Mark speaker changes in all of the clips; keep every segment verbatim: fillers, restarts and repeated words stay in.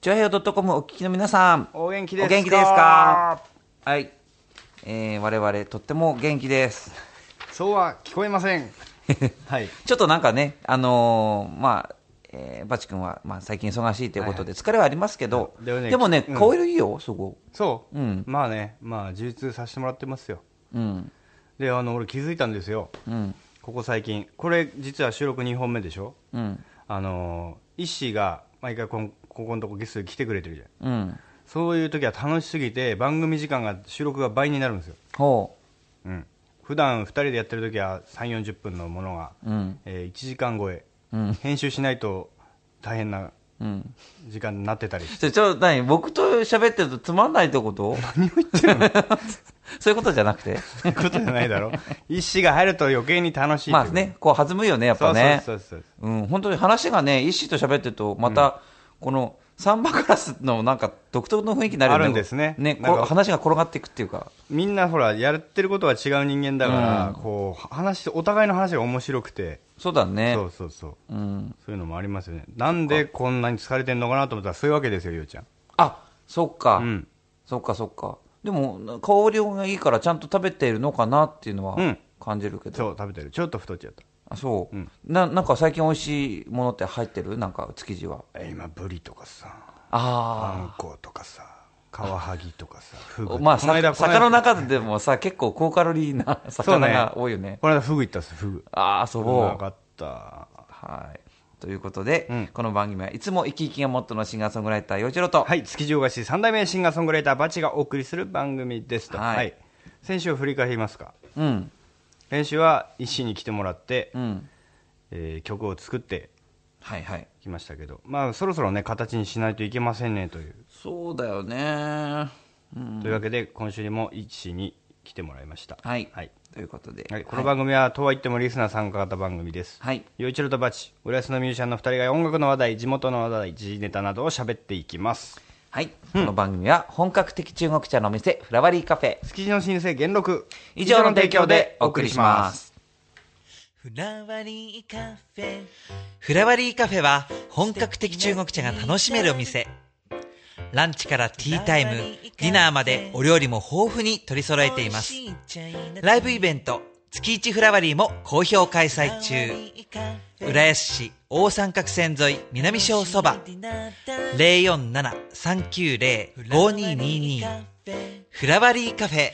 Speaker 1: チョアヘヨ .com お聞きの皆さん、
Speaker 2: お元気ですか？
Speaker 1: お元気ですか？はい、えー、我々とっても元気です。
Speaker 2: そうは聞こえません。はい。
Speaker 1: ちょっとなんかね、あのー、まあ、えー、バチ君は、まあ、最近忙しいということで疲れはありますけど、はいはい、で, ねでもね、うん、顔色いいよ、すごい。
Speaker 2: そう、うん、まあね、まあ充実させてもらってますよ。
Speaker 1: うん。
Speaker 2: で、あの俺気づいたんですよ。うん。ここ最近、これ実は収録にほんめでしょ。うん。あのー、イッシーが毎回このここのとこゲストで来てくれてるじゃん。うん。そういう時は楽しすぎて番組時間が収録が倍になるんですよ。
Speaker 1: ほ
Speaker 2: う。うん。普段ふたりでやってる時はさんじゅう、よんじゅっぷんのものが、うんえー、いちじかん超え、うん、編集しないと大変な時間になってたりして、
Speaker 1: うん、ちょ何僕と喋ってるとつまんないってこと？
Speaker 2: 何を言ってるの？
Speaker 1: そういうことじゃなくて
Speaker 2: そういうことじゃないだろ。意思が入ると余計に楽しい。
Speaker 1: まあね、こう弾むよねやっぱね。
Speaker 2: そうそうそうそう、
Speaker 1: うん、本当に話がね、意思と喋ってるとまたこのサンバカラスのなんか独特の雰囲気になるよね。
Speaker 2: あるんですね。
Speaker 1: ね、こう話が転がっていくっていうか。
Speaker 2: みんなほらやってることは違う人間だから、うん、こう話お互いの話が面白くて。
Speaker 1: そうだね。
Speaker 2: そうそうそう、うん、そういうのもありますよね。なんでこんなに疲れてんのかなと思ったらそういうわけですよ、ゆうちゃん。
Speaker 1: あ、そっか、うん、そっかそっか。でも香りがいいからちゃんと食べているのかなっていうのは感じるけど、うん、
Speaker 2: そう食べてる。ちょっと太っちゃった。
Speaker 1: あ、そう、うん、な, なんか最近美味しいものって入ってる？なんか築地は
Speaker 2: 今ブリとかさ、
Speaker 1: あ
Speaker 2: あんことかさ、カワハギとかさ、フグ。
Speaker 1: まあ魚の中でもさ結構高カロリーな魚が多いよね。
Speaker 2: この間フグ行ったっす。フグ。
Speaker 1: ああ、そう。う
Speaker 2: まかった。
Speaker 1: はい。ということで、うん、この番組はいつも生き生きがモットーのシンガーソングライター陽一郎と、
Speaker 2: はい、築地大菓子三代目シンガーソングライターバチがお送りする番組ですと。はい、はい、先週を振り返りますか。うん。先週は石に来てもらって、うんえー、曲を作って
Speaker 1: はいはい
Speaker 2: きましたけど、まあそろそろね形にしないといけませんねという。
Speaker 1: そうだよね、
Speaker 2: うん、というわけで今週にも石に来てもらいました。
Speaker 1: はい、はい、ということで、
Speaker 2: はい、この番組は、はい、とは言ってもリスナー参加型番組です。はい、陽一郎とバチ、浦安のミュージシャンのふたりが音楽の話題、地元の話題、時事ネタなどを喋っていきます。
Speaker 1: はい、うん、この番組は本格的中国茶のお店フラワリーカフェ、
Speaker 2: 築地の老舗元禄
Speaker 1: 以上の提供でお送りします。
Speaker 3: フラワリーカフェ。フラワリーカフェは本格的中国茶が楽しめるお店。ランチからティータイム、ディナーまでお料理も豊富に取り揃えています。ライブイベント、月一フラワリーも好評開催中。浦安市大三角線沿い南小そば ゼロよんなな さんきゅうゼロ ごににに フラワリーカフェ。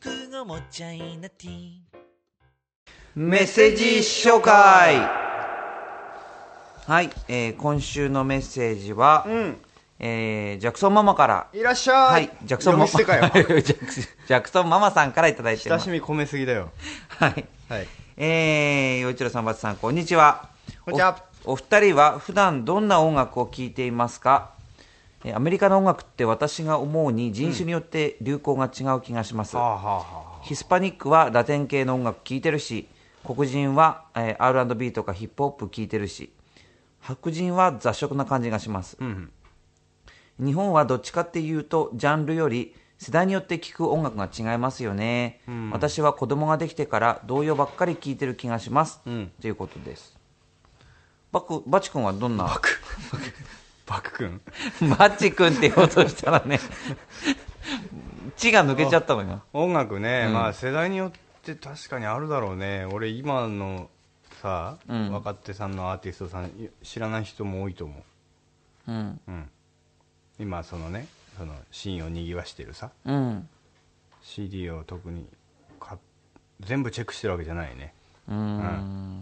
Speaker 1: メッセージ紹介。はい、えー、今週のメッセージは、うんえー、ジャクソンママから。
Speaker 2: いらっしゃい。はい、
Speaker 1: ジャクソンママ。ジャクソンママさんからいただいてます。
Speaker 2: 親しみ込めすぎだよ。
Speaker 1: はい。はい。えー、陽一郎さん、バチさん、こんにちは。
Speaker 2: こんにちは。
Speaker 1: お、お二人は普段どんな音楽を聴いていますか？アメリカの音楽って私が思うに人種によって流行が違う気がします。うんはあはあ、ヒスパニックはラテン系の音楽聴いてるし、黒人は、えー、アールアンドビー とかヒップホップ聴いてるし、白人は雑食な感じがします。うん日本はどっちかっていうとジャンルより世代によって聴く音楽が違いますよね、うん、私は子供ができてから童謡ばっかり聴いてる気がします、うん、ということです。バクバチ君はどんな
Speaker 2: バクバク君
Speaker 1: バチ君って言おうとしたらね血が抜けちゃったのよ。
Speaker 2: 音楽ね、うん、まあ世代によって確かにあるだろうね。俺今のさ、うん、若手さんのアーティストさん知らない人も多いと思う。うんうん今そのねそのシーンをにぎわしてるさ、うん、シーディー を特にか全部チェックしてるわけじゃないね。うん。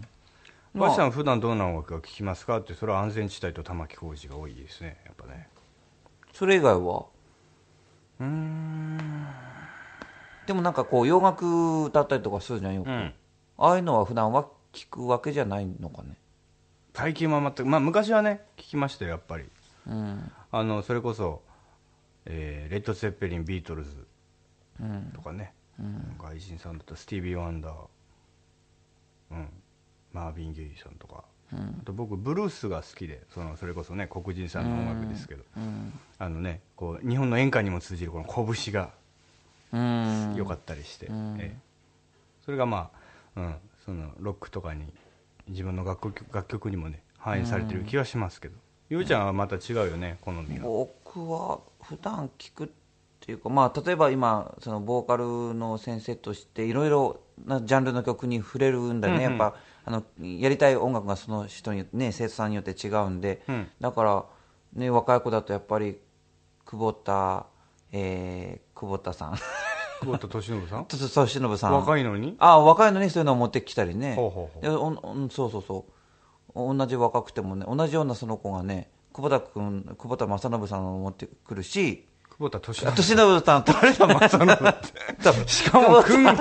Speaker 2: バチさん普段どんな音楽が聴きますかって。それは安全地帯と玉置浩二が多いですねやっぱね。
Speaker 1: それ以外はうーんでもなんかこう洋楽歌ったりとかするじゃんよく、うん、ああいうのは普段は聴くわけじゃないのかね。
Speaker 2: 最近は全く、まあ昔はね聴きましたよやっぱり。うん、あのそれこそ、えー、レッド・ツェッペリン、ビートルズとかね、うん、外人さんだとスティービー・ワンダー、うん、マービン・ゲイさんとか、うん、あと僕ブルースが好きで そ, のそれこそね黒人さんの音楽ですけど、うん、あのねこう日本の演歌にも通じるこの拳が良かったりして、うんえー、それがまあ、うん、そのロックとかに自分の楽 曲, 楽曲にもね反映されてる気はしますけど、 ゆうちゃんはまた違うよね、好みが。
Speaker 1: 僕は普段聞くっていうか、まあ、例えば今そのボーカルの先生としていろいろなジャンルの曲に触れるんだよね、うんうん、やっぱあのやりたい音楽がその人に、ね、生徒さんによって違うんで、うん、だから、ね、若い子だとやっぱり久保田、えー、久保田さん
Speaker 2: 久保田利伸さん
Speaker 1: 利伸さん
Speaker 2: 若いのに
Speaker 1: あ若いのにそういうのを持ってきたりね。
Speaker 2: ほうほうほう。
Speaker 1: でおそうそうそう同じ若くてもね同じようなその子がね久保田君久保田正信さんを持ってくるし
Speaker 2: 久保田利
Speaker 1: 伸さん誰だ正信って
Speaker 2: しかも君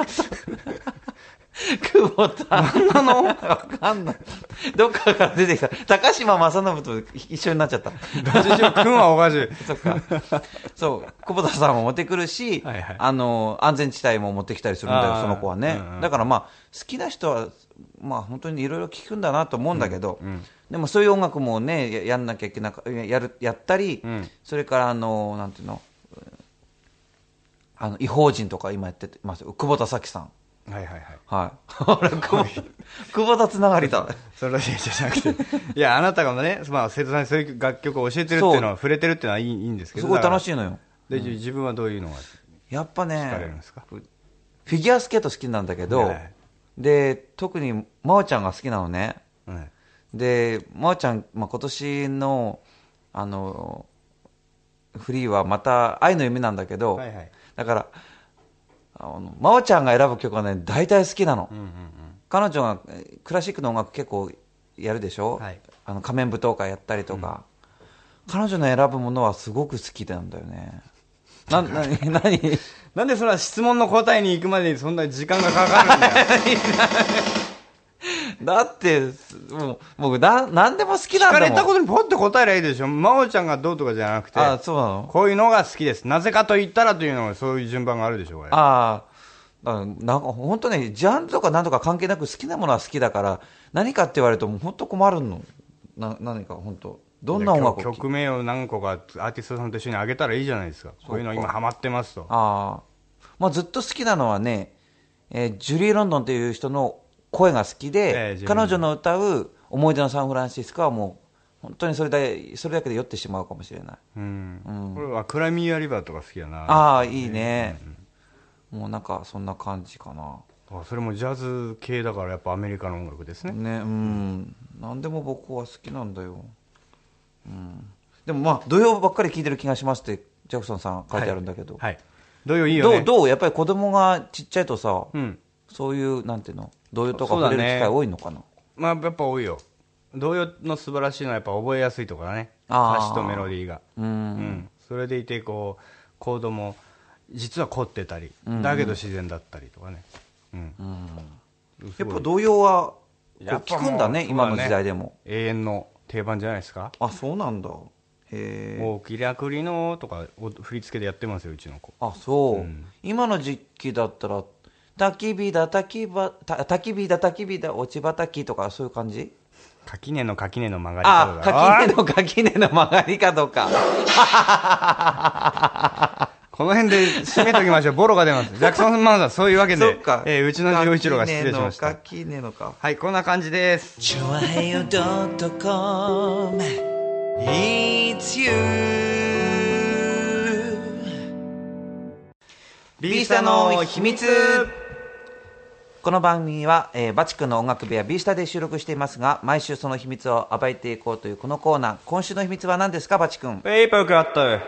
Speaker 1: 久保田何なの分かんないどっかから出てきた高島正信と一緒になっちゃった
Speaker 2: どっちにしろ君はおかしい
Speaker 1: そっかそう久保田さんも持ってくるし、はいはい、あの安全地帯も持ってきたりするんだよその子はね、うんうん、だからまあ好きな人はまあ本当にいろいろ聞くんだなと思うんだけど、うんうん、でもそういう音楽もね や, やんなきゃいけなかやるやったり、うん、それからあのなんていうのあの異邦人とか今やってます久保田早紀さん
Speaker 2: はいはいはい
Speaker 1: はい久保田つながりだ
Speaker 2: それじゃなくていやあなたがね、まあ、生徒さんにそういう楽曲を教えてるっていうのは触れてるっていうのはいい、いいんですけど
Speaker 1: すごい楽しいのよ
Speaker 2: で、うん、自分はどういうのが
Speaker 1: やっぱね
Speaker 2: 聞かれるんですか
Speaker 1: フィギュアスケート好きなんだけど、はい、で特に真央ちゃんが好きなのね、はい、で真央ちゃん、まあ、今年のあのフリーはまた愛の夢なんだけど、はいはい、だからあの真央ちゃんが選ぶ曲はね大体好きなの、うんうんうん、彼女がクラシックの音楽結構やるでしょ、はい、あの仮面舞踏会やったりとか、うん、彼女の選ぶものはすごく好きなんだよねなな何
Speaker 2: なんでそれは質問の答えに行くまでにそんな時間がかかるんだよ
Speaker 1: だってもう僕な何でも好きなんだもん
Speaker 2: 聞かれたことにポッと答えりゃいいでしょ真央ちゃんがどうとかじゃなくて
Speaker 1: あそうなの
Speaker 2: こういうのが好きですなぜかと言ったらというのがそういう順番があるでしょうが
Speaker 1: ああなんか本当ねジャンルとか何とか関係なく好きなものは好きだから何かって言われるともう本当困るのな何か本当どんな音楽を
Speaker 2: 曲名を何個かアーティストさんと一緒にあげたらいいじゃないですかこういうの今ハマってますと
Speaker 1: あ、まあ、ずっと好きなのはね、えー、ジュリー・ロンドンという人の声が好きで、えー、彼女の歌う思い出のサンフランシスコはもう本当にそれだそれだけで酔ってしまうかもしれない、うん
Speaker 2: うん、これはクライミーアリバーとか好きだな
Speaker 1: ああいいね、うん、もうなんかそんな感じかな
Speaker 2: あそれもジャズ系だからやっぱアメリカの音楽ですね
Speaker 1: ねうん何でも僕は好きなんだよ、うん、でもまあ土曜ばっかり聴いてる気がしますってジャクソンさん書いてあるんだけど、
Speaker 2: はいはい、土曜いいよね
Speaker 1: どう、どうやっぱり子供がちっちゃいとさ、うん、そういうなんていうの童謡とか触れる機会多いのかな、ね、
Speaker 2: まあやっぱ多いよ童謡の素晴らしいのはやっぱ覚えやすいとかね歌詞とメロディーがうん、うん、それでいてこうコードも実は凝ってたり、うんうん、だけど自然だったりとかね、うん
Speaker 1: うん、やっぱ童謡は聞くんだね今の時代でも
Speaker 2: 永遠の定番じゃないですか
Speaker 1: あそうなんだへ
Speaker 2: 大きな栗のとか振り付けでやってますようちの子
Speaker 1: あそう、うん、今の時期だったら焚き火だ焚き火だ焚き火だ焚き火だ落ち葉焚きとかそういう感じ
Speaker 2: 垣根の垣根の曲がり角
Speaker 1: だあ垣根の垣根の曲がり角か
Speaker 2: この辺で締めときましょうボロが出ますジャクソンマンさんそういうわけでそっか、えー、うちの丈一郎が失礼しました
Speaker 1: 垣根のか
Speaker 2: はいこんな感じですチョアヘヨドットコム It's you
Speaker 1: ビースタの秘密この番組は、えー、バチ君の音楽部屋ビースタで収録していますが毎週その秘密を暴いていこうというこのコーナー今週の秘密は何ですかバチ君
Speaker 2: ペーパーカッター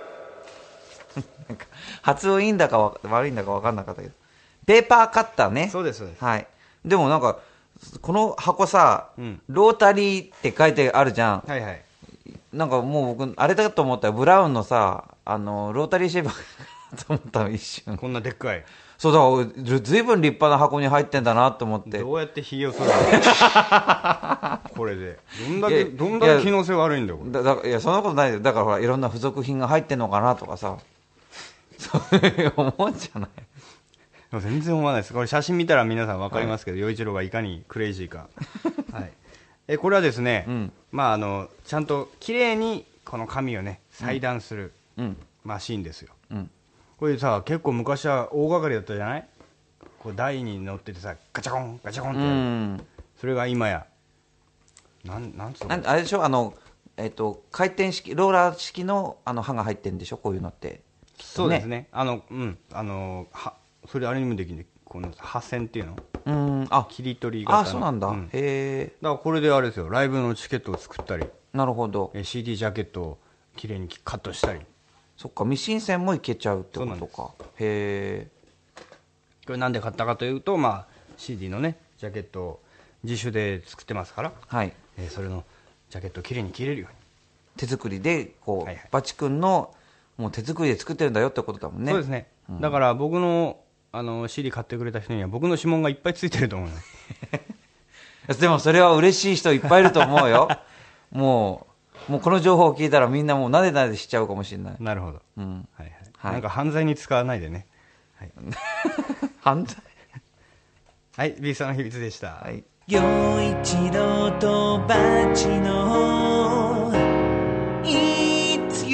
Speaker 1: 発音いいんだか悪いんだか分かんなかったけどペーパーカッターね
Speaker 2: そうですそうです、
Speaker 1: はい、でもなんかこの箱さ、うん、ロータリーって書いてあるじゃん
Speaker 2: はいはい
Speaker 1: なんかもう僕あれだと思ったらブラウンのさあのロータリーシェーバーと思ったの一瞬
Speaker 2: こんなでっかい
Speaker 1: そうだからずいぶん立派な箱に入ってんだなと思って
Speaker 2: どうやってひげを剃るのこれでどんだけどんだけ機能性悪いんだよこれ
Speaker 1: だだいやそんなことないよだからほらいろんな付属品が入ってんのかなとかさそう思うんじゃない
Speaker 2: 全然思わないですこれ写真見たら皆さん分かりますけど、はい、陽一郎がいかにクレイジーか、はい、えこれはですね、うんまあ、あのちゃんときれいにこの紙をね裁断するマシーンですよ、うん、これさ結構昔は大掛かりだったじゃないこう台に乗っててさガチャコンガチャコンってやる、うん、それが今やなんなんつうの
Speaker 1: あれでしょあのえっと、回転式ローラー式のあの刃が入ってるんでしょ、こういうのって。
Speaker 2: そうですね、あのうんあのはそれあれにもできるんで、この刃線っていうの、
Speaker 1: うん、あ、
Speaker 2: 切り取り型の。
Speaker 1: あ、そうなんだ、
Speaker 2: うん、
Speaker 1: へえ。
Speaker 2: だからこれであれですよ、ライブのチケットを作ったり、
Speaker 1: なるほど。
Speaker 2: え シーディー ジャケットをきれいにカットしたり。
Speaker 1: そっか、ミシン線もいけちゃうってことか。へえ。
Speaker 2: これなんで買ったかというと、まあ、シーディー のねジャケットを自主で作ってますから、
Speaker 1: はい、
Speaker 2: えー、それのジャケットをきれいに切れるように
Speaker 1: 手作りでこう、
Speaker 2: はいはい、
Speaker 1: バチ君のもう手作りで作ってるんだよってことだもんね。
Speaker 2: そうですね、
Speaker 1: うん、
Speaker 2: だから僕の、あの シーディー 買ってくれた人には僕の指紋がいっぱいついてると思う
Speaker 1: のでもそれは嬉しい人いっぱいいると思うよもう、もうこの情報を聞いたらみんなもうなでなでしちゃうかもしれない。
Speaker 2: なるほど、
Speaker 1: うん、
Speaker 2: はいはい
Speaker 1: はい、
Speaker 2: なんか犯罪に使わないでね、はい、
Speaker 1: 犯罪
Speaker 2: はい、 B さんの秘密でした。
Speaker 1: はい、
Speaker 3: 陽一郎とバチの It's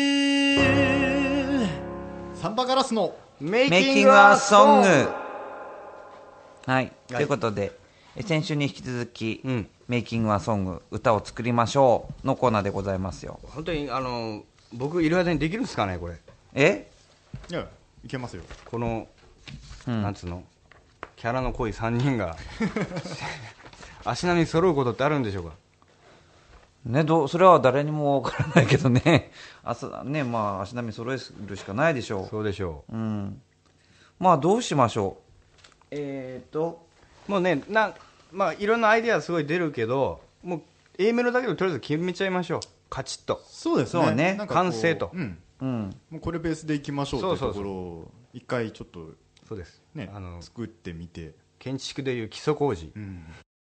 Speaker 3: You
Speaker 4: サンバガラスの
Speaker 2: メイ
Speaker 1: メイキングアソング。はい、ということで先週に引き続き、うん、メイキングアソング、歌を作りましょうのコーナーでございますよ。
Speaker 2: 本当にあの僕いる間にできるんですかね、これ。
Speaker 1: え、
Speaker 4: いや、いけますよ。
Speaker 2: この、
Speaker 1: うん、
Speaker 2: なんつうの、キャラの濃いさんにんが足並み揃うことってあるんでしょうか
Speaker 1: ね。どそれは誰にもわからないけどねあそね、まあ、足並み揃えるしかないでしょう。
Speaker 2: そうでしょう、
Speaker 1: うん、まあどうしましょう。えーと
Speaker 2: もうね、な、まあ、いろんなアイデアすごい出るけど、もう A メロだけでとりあえず決めちゃいましょう、カチッと。
Speaker 4: そうですね、
Speaker 1: そうね、
Speaker 4: なんか
Speaker 2: 完成と、
Speaker 4: うん
Speaker 1: うん、
Speaker 4: もうこれベースでいきましょうというところを一回ちょっと
Speaker 2: そうです、
Speaker 4: ね、
Speaker 2: あの
Speaker 4: 作ってみて、
Speaker 2: 建築でいう基礎工事、うん、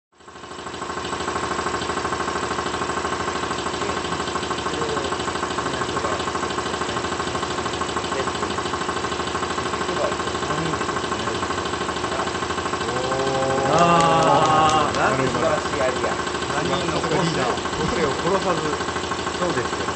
Speaker 1: ああ、なんて素晴らしいアイディア。
Speaker 2: さんにんの個性を殺さず、そうですよ、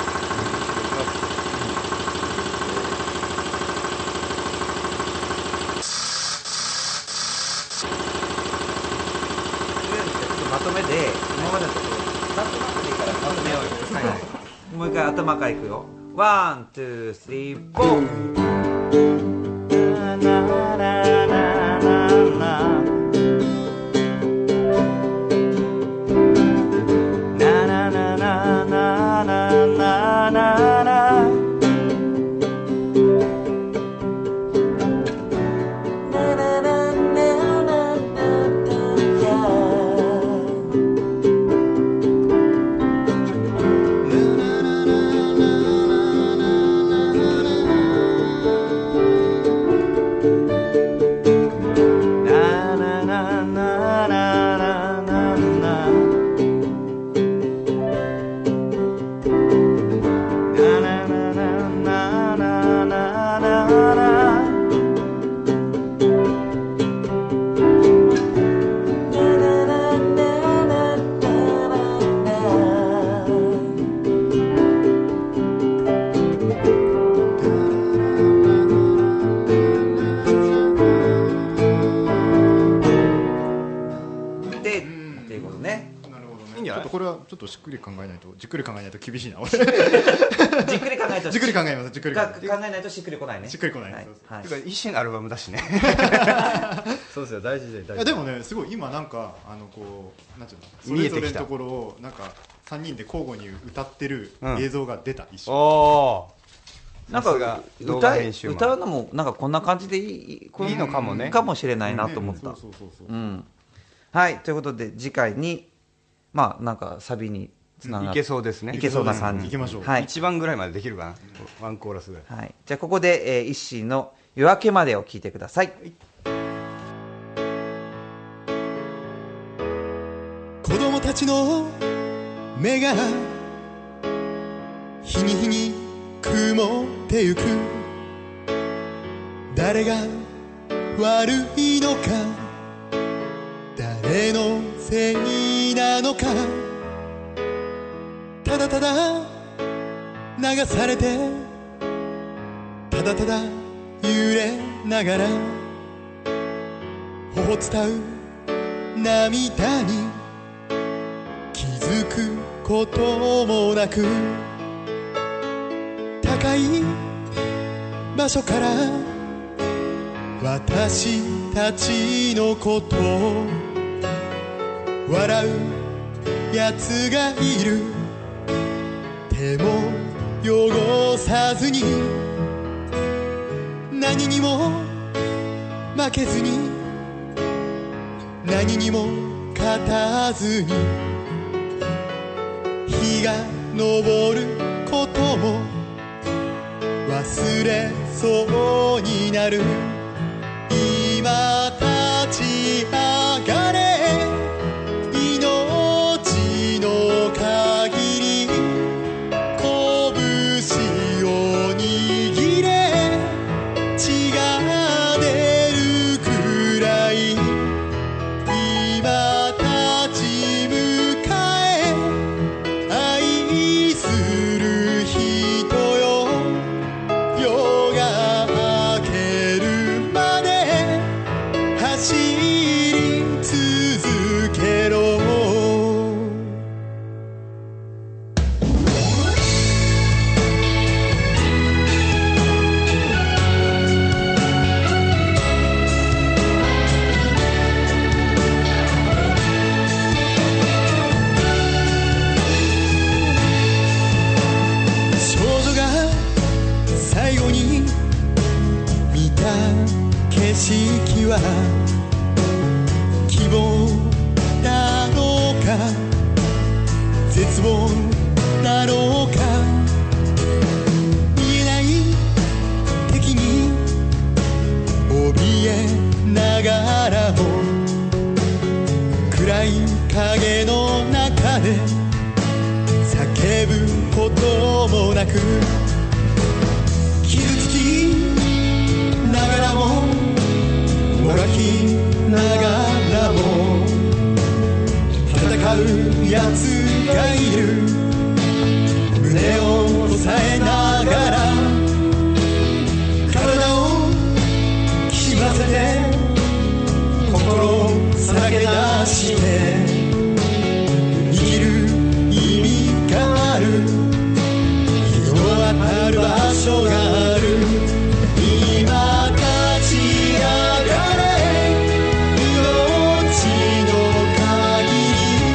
Speaker 1: まとめで今までのところなんとなくでいいからまとめようよ、はいはい、もう一回頭からいくよ。ワン、ツー、スリー、フォー。
Speaker 4: これはちょっとしっくり考えないと、じっくり考えないと厳しいな俺
Speaker 1: じっくり考えと
Speaker 4: じっくり考えますじっくり考
Speaker 1: えないとしっくりこないね。
Speaker 4: しっくりこない、
Speaker 2: はい
Speaker 4: そう
Speaker 2: はい、てか一種のアルバムだしねそうですよ、大事で大事で。
Speaker 4: でもね、すごい今なんかあのこうなんていうの、それぞれのところをなんかさんにんで交互に歌ってる映像が出た、うん、一緒
Speaker 2: おー、
Speaker 1: なんか歌え歌うのもなんかこんな感じでいい
Speaker 2: いいのかもね、
Speaker 1: かもしれないなと思った。はい、ということで次回にまあなんかサビにつながっ
Speaker 2: いけそうですね。
Speaker 1: いけそうなさんにん、
Speaker 4: いきましょう、
Speaker 1: はい、
Speaker 2: いちばんぐらいまでできるかな、ワンコーラスぐらい、
Speaker 1: はい、じゃあここで、えー、一心の夜明けまでを聞いてください。
Speaker 5: 子供たちの目が日に日に曇ってゆく、誰が悪いのか、誰のせいなのか、ただただ流されて、ただただ揺れながら頬伝う涙に気づくこともなく高い場所から私たちのことを笑うやつがいる。手も汚さずに何にも負けずに何にも勝たずに日が昇ることも忘れそうになる。今立ち上がれ命の限り拳を握れ血が出るくらい今立ち向かえ愛する人よ。夜が明けるまで走り続けろ。少女が最後に見た景色は希望だろうか絶望だろうか。見えない敵に怯えながらも暗い影の中で叫ぶこともなく傷つきながらももがきながらも戦うやつがいる。胸を押さえながら体をきしませて心をさらけ出して生きる意味がある。日の当たる場所がある。今立ち上がれ命の限り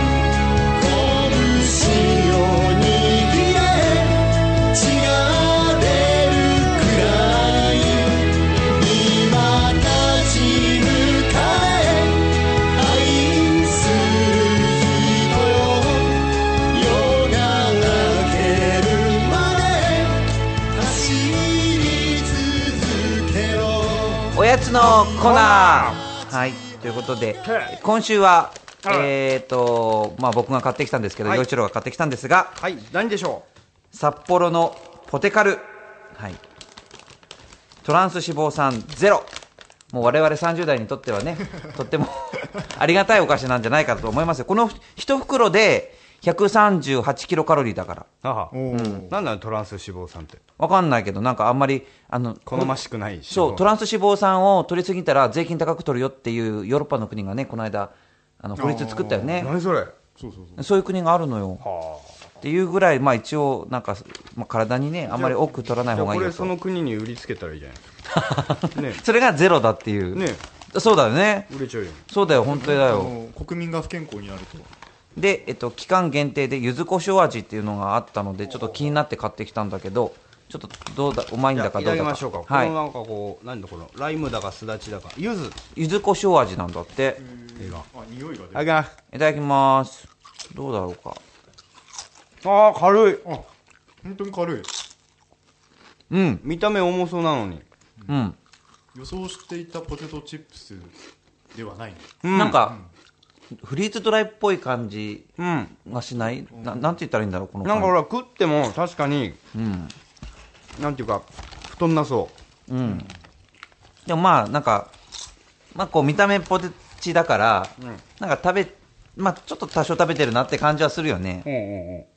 Speaker 5: 拳を握れ血が出るくらい今立ち向かえ愛する人よ。夜が明けるまで走り続けろ。
Speaker 1: おやつのコーナー。はい、ということで今週はえーとまあ僕が買ってきたんですけど、
Speaker 2: はい
Speaker 1: 陽一郎が買ってきたんですが、
Speaker 2: はい、何でしょ
Speaker 1: 札幌のポテカル、はい、トランス脂肪酸ゼロ。もう我々さんじゅう代にとってはねとってもありがたいお菓子なんじゃないかと思いますよ。この一袋でひゃくさんじゅうはちキロカロリーだから。
Speaker 2: う。はは、
Speaker 4: おー
Speaker 2: なんなのトランス脂肪酸って。
Speaker 1: わかんないけど、なんかあんまりあの
Speaker 2: 好ましくない脂肪。
Speaker 1: そう、トランス脂肪酸を取りすぎたら税金高く取るよっていうヨーロッパの国がね、この間あの法律作ったよね。
Speaker 2: 何それ。
Speaker 4: そうそうそう。
Speaker 1: そういう国があるのよ。
Speaker 2: は
Speaker 1: っていうぐらい、まあ一応なんか、まあ、体にねあんまり多く取らない
Speaker 2: あ。じゃあこれ
Speaker 1: 方がいいよと。
Speaker 2: その国に売りつけたらいいじゃないですか。ね
Speaker 1: それがゼロだっていう。
Speaker 2: ね
Speaker 1: そうだよね。
Speaker 2: 売れちゃうよ。
Speaker 1: そうだよ、本当だよ。
Speaker 4: あの国民が不健康になると
Speaker 1: で、えっと、期間限定で柚子胡椒味っていうのがあったので、ちょっと気になって買ってきたんだけど、ちょっとどうだ、うまいんだか
Speaker 2: い
Speaker 1: どうだか。
Speaker 2: ただきましょうか。
Speaker 1: はい
Speaker 2: このなんかこう、なんだこの、ライムだかすだちだか、柚子。
Speaker 1: 柚子胡椒味なんだって。
Speaker 2: いいわ。
Speaker 4: あ匂いが出る。
Speaker 2: あが。
Speaker 1: いただきます。どうだろうか。
Speaker 2: ああ、軽い。
Speaker 4: あ本当に軽い。
Speaker 1: うん、
Speaker 2: 見た目重そうなのに。
Speaker 1: うん。
Speaker 4: 予想していたポテトチップスではないね。
Speaker 2: うん
Speaker 1: なんか、フリーズドライっぽい感じ
Speaker 2: うん。
Speaker 1: がしないな、なんて言ったらいいんだろう、この感じ。
Speaker 2: なんかほら、食っても確かに、
Speaker 1: うん。
Speaker 2: なんていうか、太んなそ
Speaker 1: うん。でもまあ、なんか、まあこう見た目ポテチだから、
Speaker 2: うん
Speaker 1: なんか食べ、まあちょっと多少食べてるなって感じはするよね
Speaker 2: う。。うんうんうん。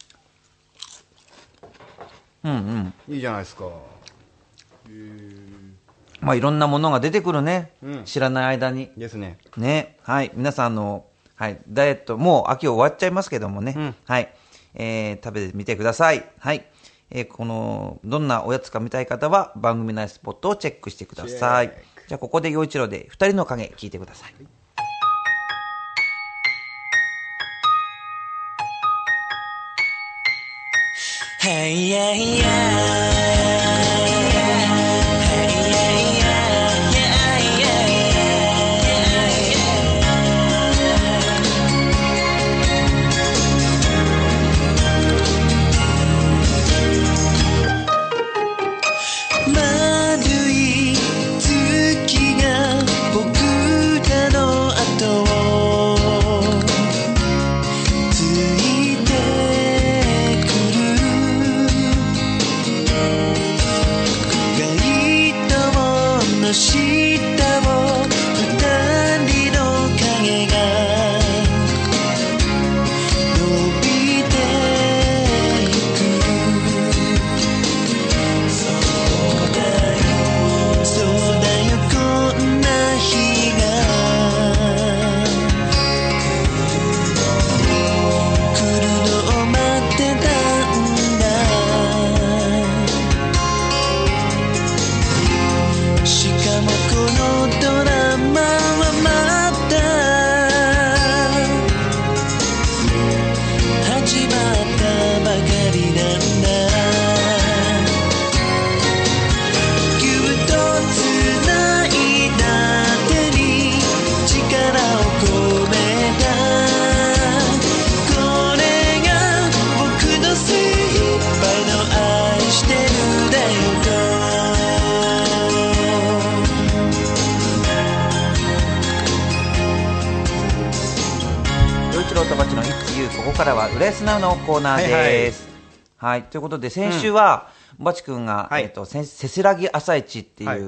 Speaker 1: うんうん。
Speaker 2: いいじゃないですか。
Speaker 1: まあいろんなものが出てくるね。
Speaker 2: うん
Speaker 1: 知らない間に。
Speaker 2: ですね。
Speaker 1: ね。はい。皆さんあの、はい。ダイエット、もう秋終わっちゃいますけどもね。
Speaker 2: うん
Speaker 1: はい。 えー、食べてみてください。はい。えー、この、どんなおやつか見たい方は番組内スポットをチェックしてください。じゃあ、ここで陽一郎で二人の影聞いてください。
Speaker 5: Hey, yeah, yeah.
Speaker 1: ここからは浦安ナウのコーナーです。はい、はいはい、ということで先週は、うん、バチ君が、はい、えーと、せせらぎ朝市っていう、はい、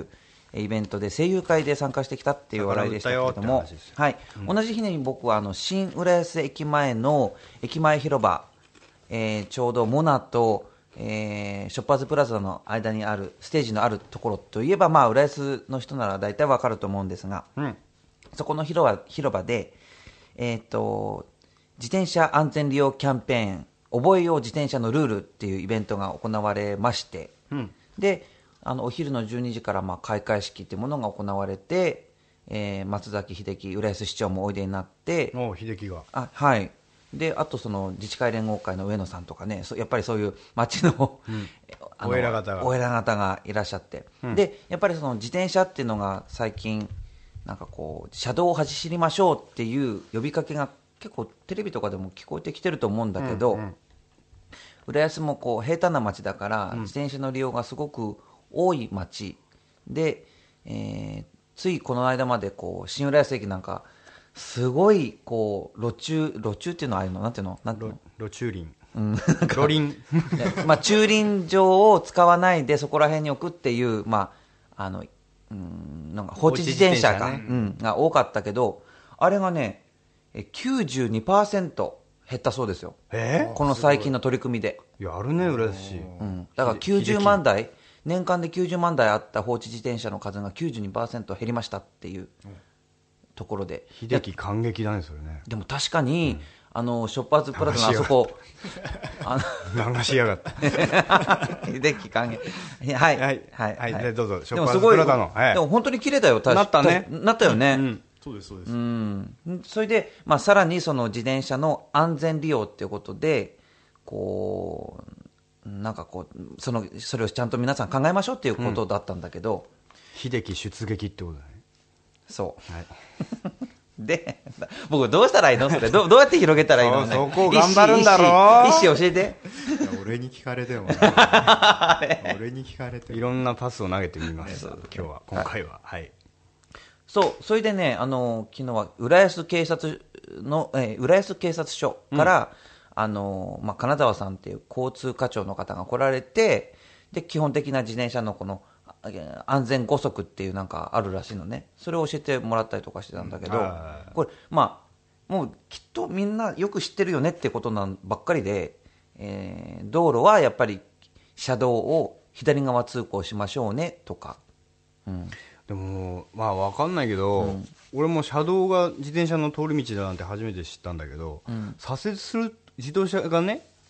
Speaker 1: イベントで声優会で参加してきたっていう話題でしたけれども、はい、うん、同じ日に僕はあの新浦安駅前の駅前広場、えー、ちょうどモナと、えー、ショッパーズプラザの間にあるステージのあるところといえば、まあ、浦安の人なら大体わかると思うんですが、うん、そこの広場、広場で、えーと自転車安全利用キャンペーン覚えよう自転車のルールっていうイベントが行われまして、うん、であのお昼のじゅうにじからまあ開会式っていうものが行われて、えー、松崎秀樹浦安市長もおいでになって、
Speaker 2: お秀樹が
Speaker 1: あ、はい、であとその自治会連合会の上野さんとかね、やっぱりそういう町の、うん、あのお偉方がお偉方がいらっしゃって、うん、でやっぱりその自転車っていうのが最近なんかこう車道を走りましょうっていう呼びかけが結構テレビとかでも聞こえてきてると思うんだけど、うんうん、浦安もこう平坦な町だから、うん、自転車の利用がすごく多い町で、えー、ついこの間までこう新浦安駅なんかすごいこう路中路中っていうのはああいうのなんていうのなんていうの
Speaker 2: 路駐輪、
Speaker 1: うん、
Speaker 2: 路輪
Speaker 1: まあ駐輪場を使わないでそこら辺に置くっていう、まああのうん、なんか放置自転車が、ね、うん、が多かったけど、あれがねきゅうじゅうにパーセント 減ったそうですよ、
Speaker 2: えー、
Speaker 1: この最近の取り組みで。
Speaker 2: やるね浦安市、
Speaker 1: うん、だからきゅうじゅうまんだい年間できゅうじゅうまんだいあった放置自転車の数が きゅうじゅうにパーセント 減りましたっていうところで、
Speaker 2: 秀樹感激だねそれね。
Speaker 1: でも確かに、うん、あのショッパーズプラザのあそこ
Speaker 2: あの流しやがった
Speaker 1: 秀樹感激はいはい
Speaker 2: はい、はいはい、でどうぞショッパーズプラザの、
Speaker 1: はい、でも本当に綺麗だよ確か
Speaker 2: なったね
Speaker 1: なったよね、うんうん、
Speaker 4: そうですそうです、
Speaker 1: うん、それで、まあ、さらにその自転車の安全利用っていうことでこうなんかこう そのそれをちゃんと皆さん考えましょうっていうことだったんだけど、
Speaker 2: うん、秀樹出撃ってことだね。
Speaker 1: そう、はい、で僕どうしたらいいのそれ ど, どうやって広げたらいいの、ね、
Speaker 2: そこ頑張るんだろう。
Speaker 1: 意思教えて。
Speaker 4: 俺に聞かれても俺に聞かれても
Speaker 2: いろんなパスを投げてみました今日は今回は、はい、はい、
Speaker 1: そうそれでね、あの昨日は浦安警察の、えー、浦安警察署から、うん、あのまあ、金沢さんっていう交通課長の方が来られて、で基本的な自転車のこの安全ごそくっていうなんかあるらしいのね。それを教えてもらったりとかしてたんだけど、うん、これまあもうきっとみんなよく知ってるよねってことなんばっかりで、えー、道路はやっぱり車道を左側通行しましょうねとか、うん、
Speaker 2: でもまあ分かんないけど、うん、俺も車道が自転車の通り道だなんて初めて知ったんだけど、うん、左折する自動車がね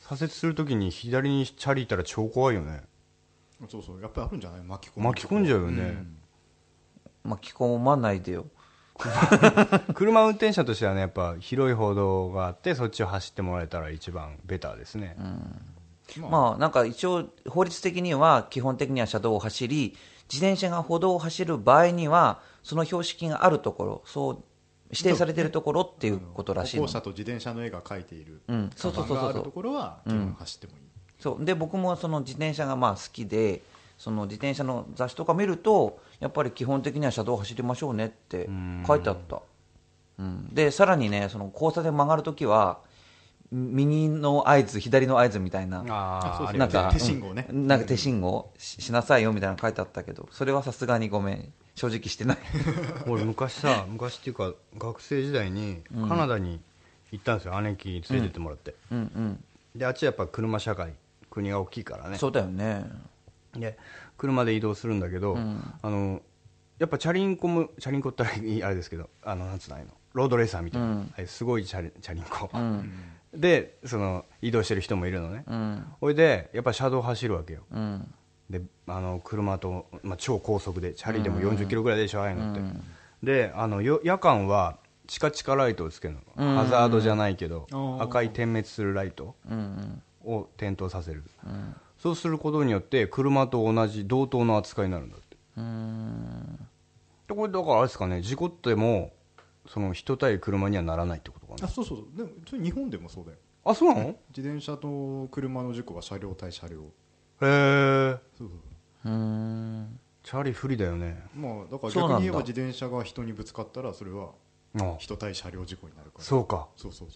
Speaker 2: 左折するときに左にチャリいたら超怖いよね。
Speaker 4: そうそう、やっぱりあるんじゃない、巻き込む
Speaker 2: 巻き込んじゃうよね、
Speaker 1: うん、巻き込まないでよ
Speaker 2: 車運転者としてはね、やっぱ広い歩道があってそっちを走ってもらえたら一番ベターですね、
Speaker 1: うん、まあ、まあなんか一応法律的には基本的には車道を走り、自転車が歩道を走る場合にはその標識があるところ、そう指定されているところっていうことらしいの。
Speaker 4: 歩行者と自転車の絵が描いている
Speaker 1: 看板
Speaker 4: があるところは基本走ってもいい、うん、
Speaker 1: そうで僕もその自転車がまあ好きで、その自転車の雑誌とか見るとやっぱり基本的には車道を走りましょうねって書いてあった、うん、でさらにね、その交差点曲がるときは右の合図左の合図みたいな、
Speaker 4: あ
Speaker 1: なんか
Speaker 4: 手信号ね、
Speaker 1: うん、なんか手信号 し, しなさいよみたいなの書いてあったけど、それはさすがにごめん正直してない
Speaker 2: 俺昔さ昔っていうか学生時代にカナダに行ったんですよ、姉貴に連れてってもらって、
Speaker 1: うんうんうん、
Speaker 2: であっちはやっぱ車社会、国が大きいからね。
Speaker 1: そうだよね。で
Speaker 2: 車で移動するんだけど、うん、あのやっぱチャリンコもチャリンコってあれですけど、あのなんつうのあのロードレーサーみたいな、うん、すごいチャリ、チャリンコ、うん、でその移動してる人もいるのね、うん、それでやっぱ車道走るわけよ、うん、であの車と、まあ、超高速でチャリでもよんじゅっキロぐらいでしょ、ああいうのって、うん、であのよ夜間はチカチカライトをつけるの、うん、ハザードじゃないけど、うん、赤い点滅するライトを点灯させる、うん、そうすることによって車と同じ同等の扱いになるんだって。うーん、でこれだからあれですかね、事故ってもその人対車にはならないってことかな。
Speaker 4: あ、そうそうそう、でもそれ日本でもそうだよ。
Speaker 2: あ、そうなの？
Speaker 4: 自転車と車の事故は車両対車両。
Speaker 2: へえ。
Speaker 4: そうそう。
Speaker 1: うーん、
Speaker 2: チャリ不利だよね。
Speaker 4: まあだから逆に言えば自転車が人にぶつかったらそれは人対車両事故になるから。
Speaker 2: そうか。
Speaker 4: そうそうそう。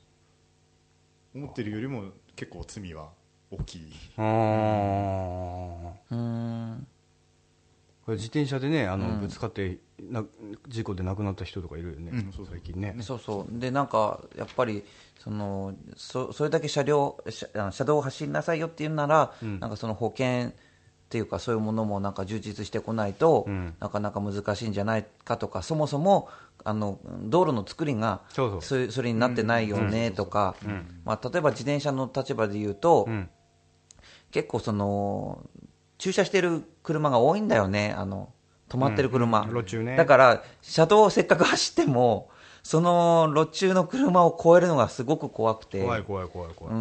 Speaker 4: 思ってるよりも結構罪は大きい。
Speaker 2: ああ。うん。これ自転車でね、あの、うん、ぶつかってな事故で亡くなった人とかいるよね、うん、そう最近ね。
Speaker 1: そうそうでなんかやっぱりその そ, それだけ車両 車, 車道を走りなさいよっていうなら、うん、なんかその保険っていうかそういうものもなんか充実してこないと、うん、なかなか難しいんじゃないかとか、そもそもあの道路の作りが そ, そ, それになってないよねとか、例えば自転車の立場で言うと、うん、結構その駐車してる車が多いんだよね、あの止まってる車、
Speaker 2: うん、路中ね。
Speaker 1: だから車道をせっかく走ってもその路中の車を越えるのがすごく怖くて、
Speaker 2: 怖い怖い怖い怖い、うん、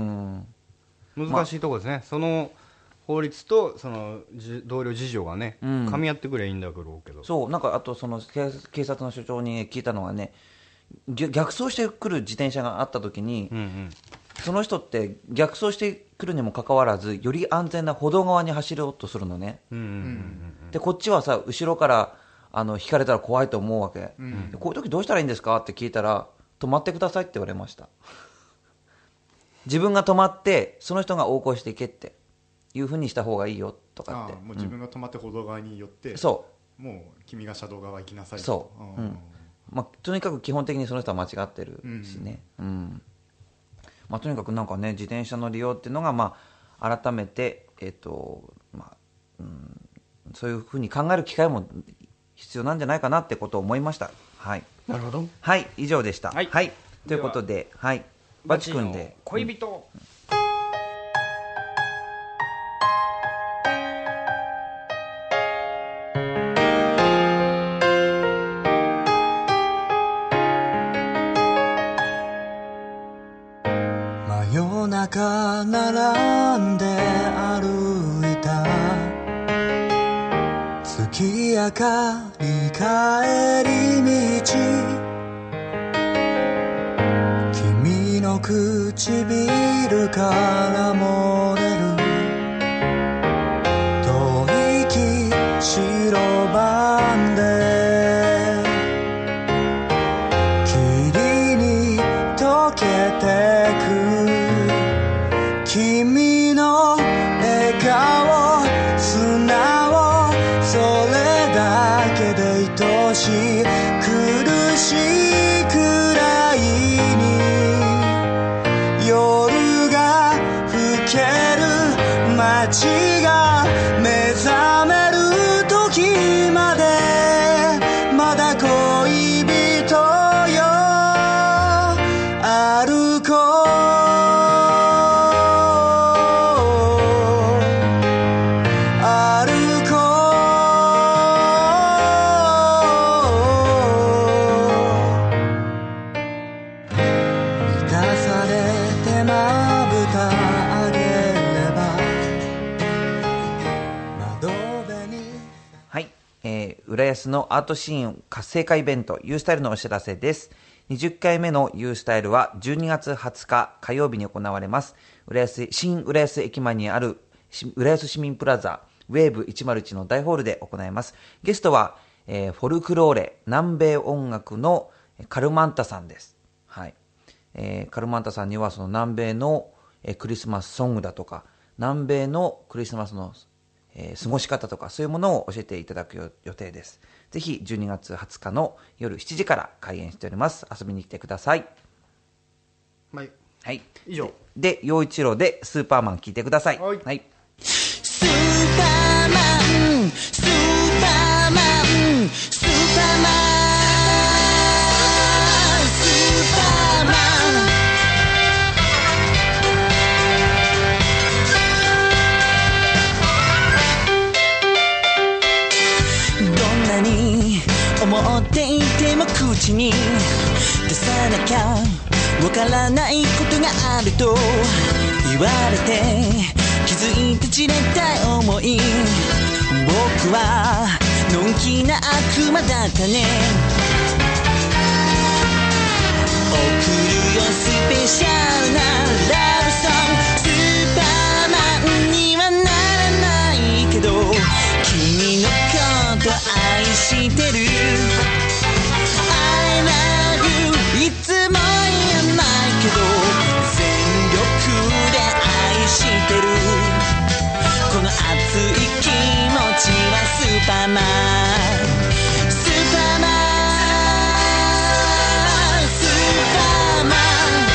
Speaker 2: 難しいところですね、ま、その法律とその同僚事情がね、うん、噛み合ってくればいいんだろうけど、
Speaker 1: そうなんかあとその警察の署長に聞いたのはね、逆走してくる自転車があった時に、うんうん、その人って逆走してくるにもかかわらずより安全な歩道側に走ろうとするのね、うんうんうんうん、でこっちはさ後ろからあの引かれたら怖いと思うわけ、うん、こういう時どうしたらいいんですかって聞いたら、止まってくださいって言われました自分が止まってその人が横行していけっていう風にした方がいいよとかって。
Speaker 4: ああ、もう自分が止まって歩道側に寄って、うん、そうもう君が車道側行きなさいと。
Speaker 1: そう、うん、まあ、とにかく基本的にその人は間違ってるしね、うんうんまあ、とにかくなんかね、自転車の利用っていうのが、まあ、改めて、えーとまあうん、そういうふうに考える機会も必要なんじゃないかなってことを思いました。はい、
Speaker 2: なるほど。
Speaker 1: はい、以上でした。はい、はい、ということで、はい、バチ君で
Speaker 2: 恋人、うん
Speaker 5: 中並んで歩いた月明かり帰り道、君の唇から漏れる吐息白番で霧に溶けてく君の笑顔素直、それだけで愛しい、苦しいくらいに夜が更ける、街が目覚める時までまだ恋人よ、歩こう
Speaker 1: 浦安のアートシーン活性化イベント U スタイルのお知らせです。にじゅっかいめの U スタイルはじゅうにがつはつか火曜日に行われます。浦安新浦安駅前にある浦安市民プラザウェーブいちまるいちの大ホールで行います。ゲストは、えー、フォルクローレ南米音楽のカルマンタさんです。はい。えー、カルマンタさんにはその南米の、えー、クリスマスソングだとか南米のクリスマスの、えー、過ごし方とかそういうものを教えていただく予定です。ぜひじゅうにがつはつかの夜しちじから開演しております。遊びに来てください。
Speaker 2: はい、
Speaker 1: はい、
Speaker 2: 以上
Speaker 1: で陽一郎でスーパーマン聞いてください。
Speaker 2: はい、
Speaker 1: はい、
Speaker 5: スーパーマンスーパーマンスーパーマン思っていても口に出さなきゃわからないことがあると言われて気づいて散れたい思い僕はのんきな悪魔だったね送るよスペシャルなラブソングスーパーマンにはならないけど君のこと愛してる I love you いつも言えないけど全力で愛してるこの熱い気持ちはスーパーマンスーパーマンスーパーマン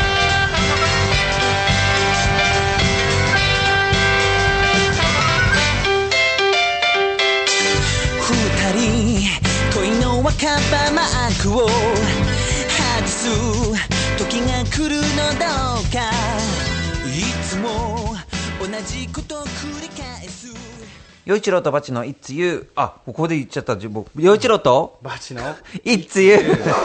Speaker 5: 二人恋の若葉マークを外す時が来るのどうかいつも同じことを繰り返す
Speaker 1: 陽一郎とバチの It's You あここで言っちゃった僕陽一郎と
Speaker 2: バチの
Speaker 1: It's You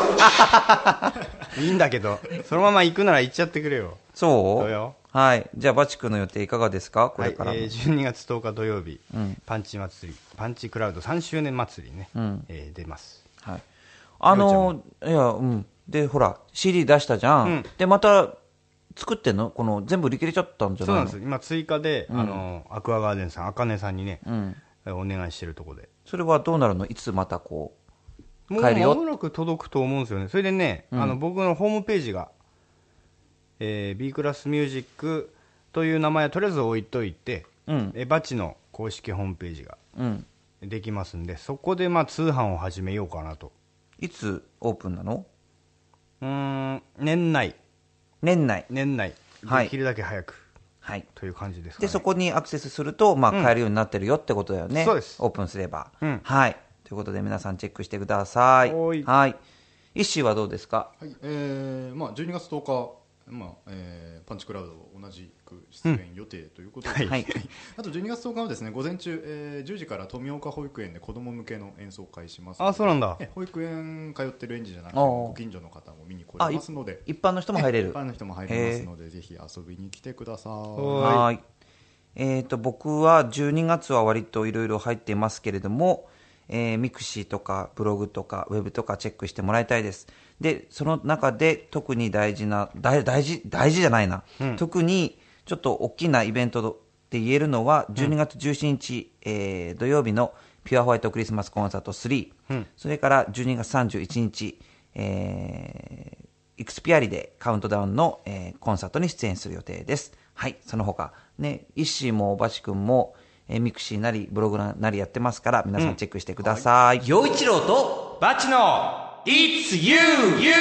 Speaker 2: いいんだけどそのまま行くなら行っちゃってくれよ
Speaker 1: そう
Speaker 2: そうよ
Speaker 1: はいじゃあバチ君の予定いかがですかこれから、
Speaker 2: はいえー、じゅうにがつとおか土曜日、
Speaker 1: うん、
Speaker 2: パンチ祭りパンチクラウドさんしゅうねん祭りね、うんえー、出ます、
Speaker 1: はい、あのいやうんでほら シーディー 出したじゃん、うん、でまた作ってんのこの全部売り切れちゃったんじゃないの。そうなんです
Speaker 2: 今追加で、うん、あのアクアガーデンさんあかねさんにね、うん、お願いしてるとこで
Speaker 1: それはどうなるのいつまたこう買えるよ
Speaker 2: もう間もなく届くと思うんですよねそれでね、うん、あの僕のホームページが、えー、B クラスミュージックという名前はとりあえず置いといて、うん、えバチの公式ホームページができますんで、うん、そこでまあ通販を始めようかなと。
Speaker 1: いつオープンなの。
Speaker 2: うーん年内
Speaker 1: 年内
Speaker 2: 年内できるだけ早く、
Speaker 1: はい、
Speaker 2: という感じですかね。
Speaker 1: でそこにアクセスすると、まあ、買えるようになってるよってことだよね、うん、
Speaker 2: そうです
Speaker 1: オープンすれば、
Speaker 2: うん、
Speaker 1: はいということで皆さんチェックしてください。はいイッシーはどうですか。
Speaker 4: はいえーまあ、じゅうにがつとおか、まあえー、パンチクラウド同じく出演予定ということで、うんはい、あとじゅうにがつとおかはですね午前中、えー、じゅうじから富岡保育園で子ども向けの演奏会しますので。
Speaker 2: あそうなんだ。
Speaker 4: 保育園通ってる園児じゃなくてご近所の方も見に来れますので
Speaker 1: 一般の人も入れる。
Speaker 4: 一般の人も入れますのでぜひ遊びに来てください。
Speaker 1: はい、えー、と僕はじゅうにがつは割といろいろ入っていますけれども、えー、ミクシーとかブログとかウェブとかチェックしてもらいたいです。でその中で特に大事な大大事大事じゃないな、うん、特にちょっと大きなイベントって言えるのはじゅうにがつじゅうしちにち、うんえー、土曜日のピュアホワイトクリスマスコンサートスリー、うん、それからじゅうにがつさんじゅういちにち、えー、イクスピアリでカウントダウンの、えー、コンサートに出演する予定です。はいその他ねイッシーもバチ君も、えー、ミクシーなりブログなりやってますから皆さんチェックしてください。陽、うんはい、一郎と
Speaker 2: バチのIt's you, you,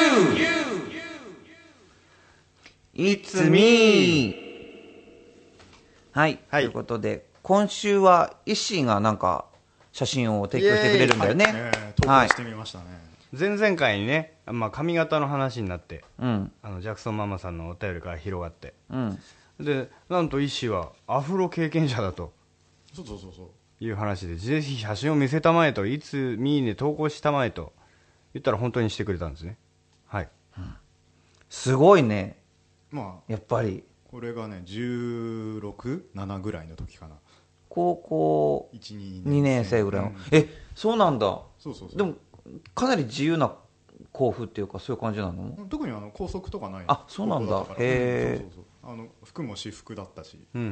Speaker 1: It's me はい、はい、ということで今週はイッシーがなんか写真を提供してくれるんだよね。
Speaker 4: はいえー、投稿してみましたね、
Speaker 2: はい、前々回にね、まあ、髪型の話になって、
Speaker 1: うん、
Speaker 2: あのジャクソンママさんのお便りから広がって、
Speaker 1: うん、
Speaker 2: でなんとイッシーはアフロ経験者だと
Speaker 4: そうそうそうそう
Speaker 2: いう話でぜひ写真を見せたまえといつミーに投稿したまえと言ったら本当にしてくれたんですね。はい、
Speaker 1: うん、すごいね。
Speaker 4: まあ
Speaker 1: やっぱり
Speaker 4: これがねじゅうろく、ななぐらいの時かな。
Speaker 1: 高校
Speaker 4: いち、
Speaker 1: にねん生ぐらいの、うん、えそうなんだ。
Speaker 4: そうそうそう。
Speaker 1: でもかなり自由な校風っていうかそういう感じなの？
Speaker 4: 特にあの校則とかない。
Speaker 1: あ、そうなんだ。へえ、
Speaker 4: そうそうそう、あの服も私服だったし、
Speaker 1: うんうん、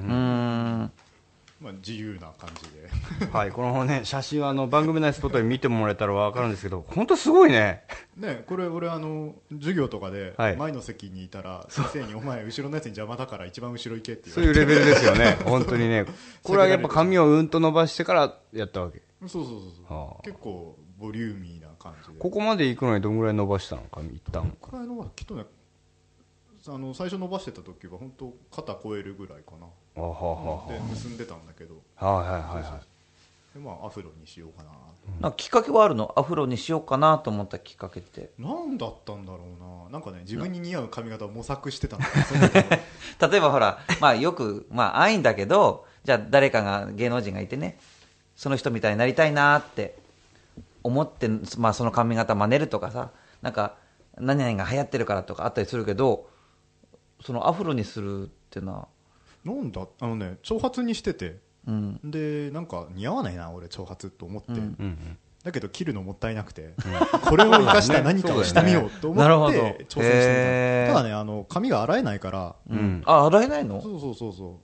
Speaker 4: まあ、自由な感じで
Speaker 2: はい、このね写真はあの番組内スポットで見てもらえたら分かるんですけど、本当すごいね。
Speaker 4: ね、これ俺あの授業とかで前の席にいたら先生にお前後ろのやつに邪魔だから一番後ろ行けって言われて、
Speaker 2: そういうレベルですよね本当にね。これはやっぱ髪をうんと伸ばしてからやったわけ。
Speaker 4: そうそうそうそう、はあ、結構ボリューミーな感じで。
Speaker 2: ここまで行くのにどんぐらい伸ばしたの髪一旦？
Speaker 4: これは伸ばきっとね、あの最初伸ばしてた時は本当肩超えるぐらいかな。
Speaker 2: あははは
Speaker 4: で結んでたんだけど、
Speaker 2: はいはいはいはい。
Speaker 4: でまあアフロにしようかな。
Speaker 1: なんかきっかけはあるの？アフロにしようかなと思ったきっかけって。
Speaker 4: なんだったんだろうな。なんかね、自分に似合う髪型を模索してたんだ
Speaker 1: 例えばほら、まあよくまあ安易だけど、じゃあ誰かが芸能人がいてね、その人みたいになりたいなって思って、まあその髪型真似るとかさ、なんか何々が流行ってるからとかあったりするけど、そのアフロにするっていうのは
Speaker 4: なんだ、あのね、長髪にしてて、
Speaker 1: うん、
Speaker 4: でなんか似合わないな俺長髪と思って、うん
Speaker 2: うん
Speaker 4: だけど切るのもったいなくて、うん、これを生かした何かをしてみようと思って挑戦してみた。ただね、あの髪が洗えないから、
Speaker 1: うん、あ洗えないの？
Speaker 4: そうそうそうそう。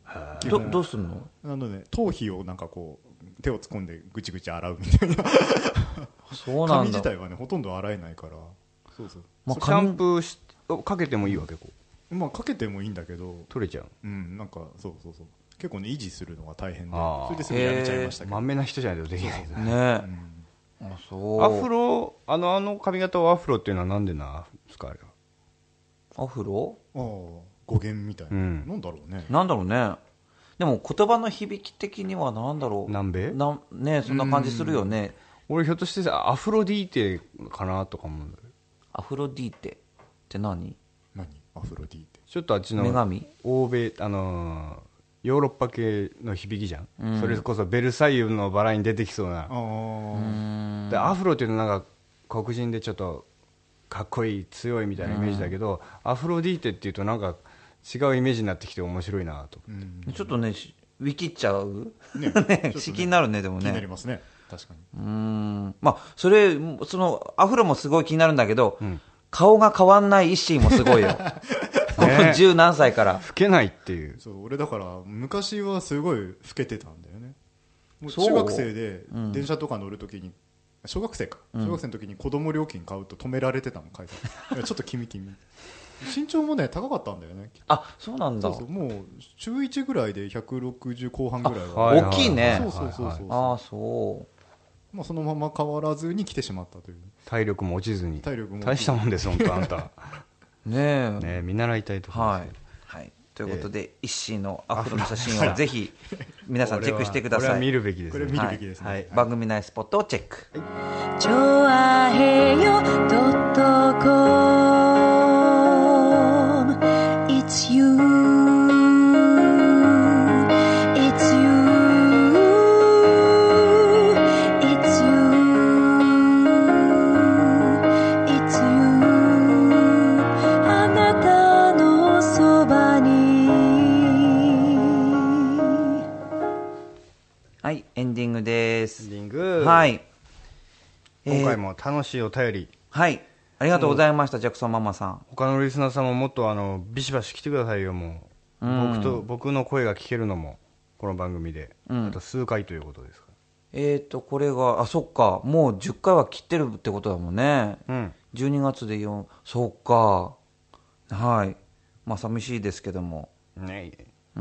Speaker 1: どどうすんの？
Speaker 4: あのね、頭皮をなんかこう手を突っ込んでぐちぐち洗うみたいな
Speaker 1: そうなんだ。
Speaker 4: 髪自体はねほとんど洗えないから。そうそう、
Speaker 2: まあ、シャンプーしかけてもいいわけ？こう
Speaker 4: まあかけてもいいんだけど
Speaker 2: 取れちゃう。
Speaker 4: うん、なんかそうそうそう、結構ね維持するのが大変で、それですぐやめちゃいましたけど。
Speaker 2: まめな人じゃないとできないね。
Speaker 1: ね、うんあそう
Speaker 2: アフロ、あのあの髪型をアフロっていうのはなんでなんですか？あれは
Speaker 1: アフロ？
Speaker 4: ああ、語源みたいな、うん、なんだろうね。
Speaker 1: なんだろうね。でも言葉の響き的にはなんだろう。
Speaker 2: 南米？
Speaker 1: なね、そんな感じするよね。
Speaker 2: 俺ひょっとしてさアフロディーテかなとか思うんだよ。
Speaker 1: アフロディーテって何？
Speaker 4: 何？アフロディーテ。
Speaker 2: ちょっとあっちの
Speaker 1: 女神？
Speaker 2: 欧米、あのーヨーロッパ系の響きじゃん、うん、それこそベルサイユのバラに出てきそうな。あでアフロっていうのはなんか黒人でちょっとかっこいい強いみたいなイメージだけど、アフロディーテっていうとなんか違うイメージになってきて面白いなと。
Speaker 1: ちょっとねウィキっちゃうね
Speaker 4: ね
Speaker 1: 不思議になるね。でもね
Speaker 4: 気になりますね、確かに。
Speaker 1: うーん、まあそれそのアフロもすごい気になるんだけど、うん、顔が変わんないイッシーもすごいよこの十何歳から
Speaker 2: 老けないっていう。
Speaker 4: そう俺だから昔はすごい老けてたんだよね。もう中学生で電車とか乗るときに、うん、小学生か小学生の時に子供料金買うと止められてたの会社ちょっと君君身長もね高かったんだよね。
Speaker 1: あ、そうなんだ。
Speaker 4: そうそう、もう中いちぐらいでひゃくろくじゅう後半ぐらいは、
Speaker 1: はいはいはい、大きいね。
Speaker 4: そうそうそうそう。
Speaker 1: ああそう。
Speaker 4: まあそのまま変わらずに来てしまったという。
Speaker 2: 体力も落ちずに。
Speaker 4: 体力も
Speaker 2: 大したもんです本当あんた。
Speaker 1: ねえ、
Speaker 2: ねえ見習いたいところです、
Speaker 1: はいはい、ということで、えー、イッシーのアフロの写真をぜひ皆さんチェックしてください。
Speaker 2: これは見るべきですね。
Speaker 4: これ見るべきですね、
Speaker 1: はいはい、番組内スポットをチェック。
Speaker 5: ちょあへよ .com It's you It's you It's you It's you あなたのそばに。
Speaker 1: はい、エンディングです。
Speaker 2: エンディング。
Speaker 1: はい、
Speaker 2: 今回も楽しいお便り、
Speaker 1: えー、はいありがとうございました。ジャクソンママさん、
Speaker 2: 他のリスナーさんももっとあのビシバシ来てくださいよ。もう、うん、僕と僕の声が聞けるのもこの番組で、うん、あと数回ということですか。
Speaker 1: えーとこれがあそっかもうじゅっかいは切ってるってことだもんね、うん、じゅうにがつでよんそっかはいまあ寂しいですけども
Speaker 2: ねえ、
Speaker 1: うん、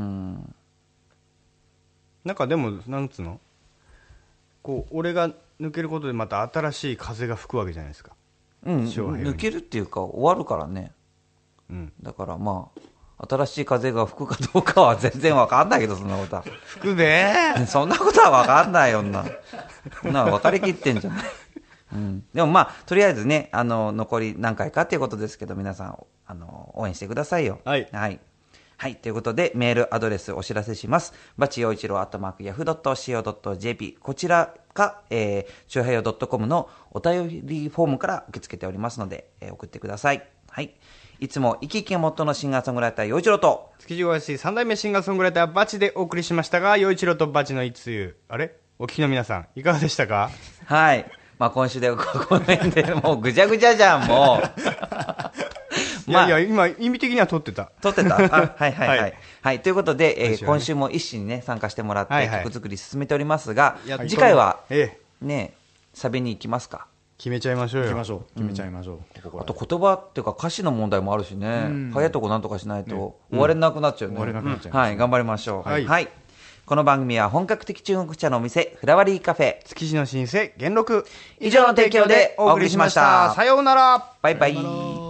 Speaker 2: なんかでもなんつうのこう俺が抜けることでまた新しい風が吹くわけじゃないですか。
Speaker 1: うん、抜けるっていうか終わるからね、うん、だからまあ新しい風が吹くかどうかは全然わかんないけどそんなことは
Speaker 2: 吹くべ
Speaker 1: そんなことはわかんないよなそんな分かりきってんじゃない、うん、でもまあとりあえずねあの残り何回かっていうことですけど皆さんあの応援してくださいよ。
Speaker 2: はい、
Speaker 1: はいはい、ということでメールアドレスお知らせします。バチ陽一郎アットマークヤフー .co.jp こちらか、えー、チューハイヨ .com のお便りフォームから受け付けておりますので、えー、送ってください。はい、 いつも生き生きがモットーのシンガーソングライター陽一郎と
Speaker 2: 築地小林三代目シンガーソングライターバチでお送りしましたが、陽一郎とバチの一通、あれお聞きの皆さんいかがでしたか？
Speaker 1: はい、まあ、今週でこの辺でもうぐちゃぐちゃじゃんもう
Speaker 2: いやいや、今意味的には撮ってた
Speaker 1: 撮ってたあはいはいはい、
Speaker 2: はい
Speaker 1: はい、ということで、えー
Speaker 2: 今週はね
Speaker 1: 今週も一心にね参加してもらって
Speaker 2: はいはい
Speaker 1: 曲作り進めておりますが、
Speaker 2: やっと
Speaker 1: 次回は
Speaker 2: ええ
Speaker 1: ねサビに行きますか。
Speaker 2: 決めちゃいましょうよ。
Speaker 4: 行きましょう、決めちゃいましょう、ここ
Speaker 1: あ
Speaker 4: から
Speaker 1: と言葉っていうか歌詞の問題もあるしね、早いとこなんとかしないと終われなくなっちゃうね、
Speaker 4: 終われなくなっちゃいますね
Speaker 1: はい、頑張りましょう。は、
Speaker 2: はいい
Speaker 1: この番組は本格的中国茶のお店フラワリーカフェ
Speaker 2: 築地の新生元禄
Speaker 1: 以上の提供でお送りしました。
Speaker 2: さようなら。
Speaker 1: バイバイ。
Speaker 4: さよなら。